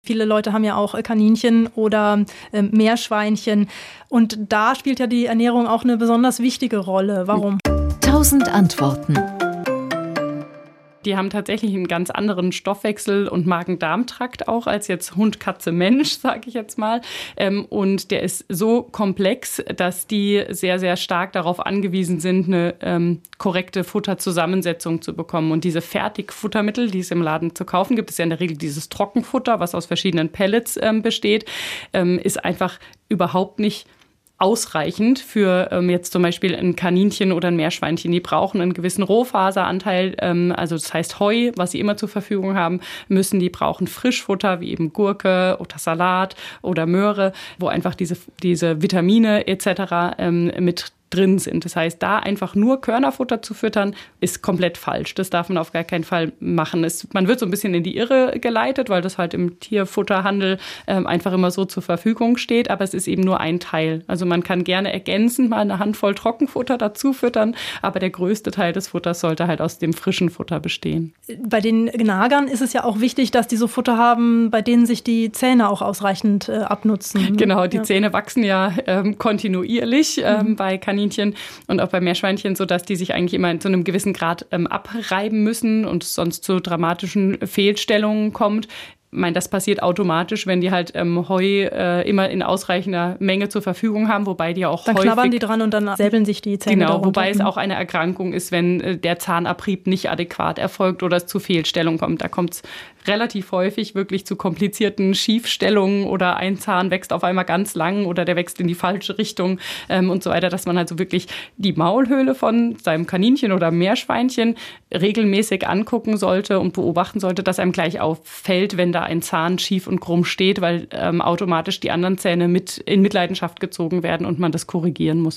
Viele Leute haben ja auch Kaninchen oder Meerschweinchen. Und da spielt ja die Ernährung auch eine besonders wichtige Rolle. Warum? 1000 Antworten. Die haben tatsächlich einen ganz anderen Stoffwechsel und Magen-Darm-Trakt auch als jetzt Hund, Katze, Mensch, sage ich jetzt mal. Und der ist so komplex, dass die sehr, sehr stark darauf angewiesen sind, eine korrekte Futterzusammensetzung zu bekommen. Und diese Fertigfuttermittel, die es im Laden zu kaufen gibt, ist ja in der Regel dieses Trockenfutter, was aus verschiedenen Pellets besteht, ist einfach überhaupt nicht ausreichend für jetzt zum Beispiel ein Kaninchen oder ein Meerschweinchen. Die brauchen einen gewissen Rohfaseranteil, also das heißt Heu, was sie immer zur Verfügung haben müssen. Die brauchen Frischfutter wie eben Gurke oder Salat oder Möhre, wo einfach diese Vitamine etc. Mit drin sind. Das heißt, da einfach nur Körnerfutter zu füttern, ist komplett falsch. Das darf man auf gar keinen Fall machen. Man wird so ein bisschen in die Irre geleitet, weil das halt im Tierfutterhandel einfach immer so zur Verfügung steht, aber es ist eben nur ein Teil. Also man kann gerne ergänzend mal eine Handvoll Trockenfutter dazu füttern, aber der größte Teil des Futters sollte halt aus dem frischen Futter bestehen. Bei den Nagern ist es ja auch wichtig, dass die so Futter haben, bei denen sich die Zähne auch ausreichend abnutzen. Genau, die Zähne wachsen ja kontinuierlich bei Kaninchen und auch bei Meerschweinchen, sodass die sich eigentlich immer zu einem gewissen Grad abreiben müssen und es sonst zu dramatischen Fehlstellungen kommt. Ich meine, das passiert automatisch, wenn die halt Heu immer in ausreichender Menge zur Verfügung haben, wobei die auch dann häufig... Dann knabbern die dran und dann säbeln sich die Zähne Genau, darunter. wobei es auch eine Erkrankung ist, wenn der Zahnabrieb nicht adäquat erfolgt oder es zu Fehlstellungen kommt. Da kommt es relativ häufig wirklich zu komplizierten Schiefstellungen oder ein Zahn wächst auf einmal ganz lang oder der wächst in die falsche Richtung und so weiter, dass man also wirklich die Maulhöhle von seinem Kaninchen oder Meerschweinchen regelmäßig angucken sollte und beobachten sollte, dass einem gleich auffällt, wenn da ein Zahn schief und krumm steht, weil automatisch die anderen Zähne mit in Mitleidenschaft gezogen werden und man das korrigieren muss.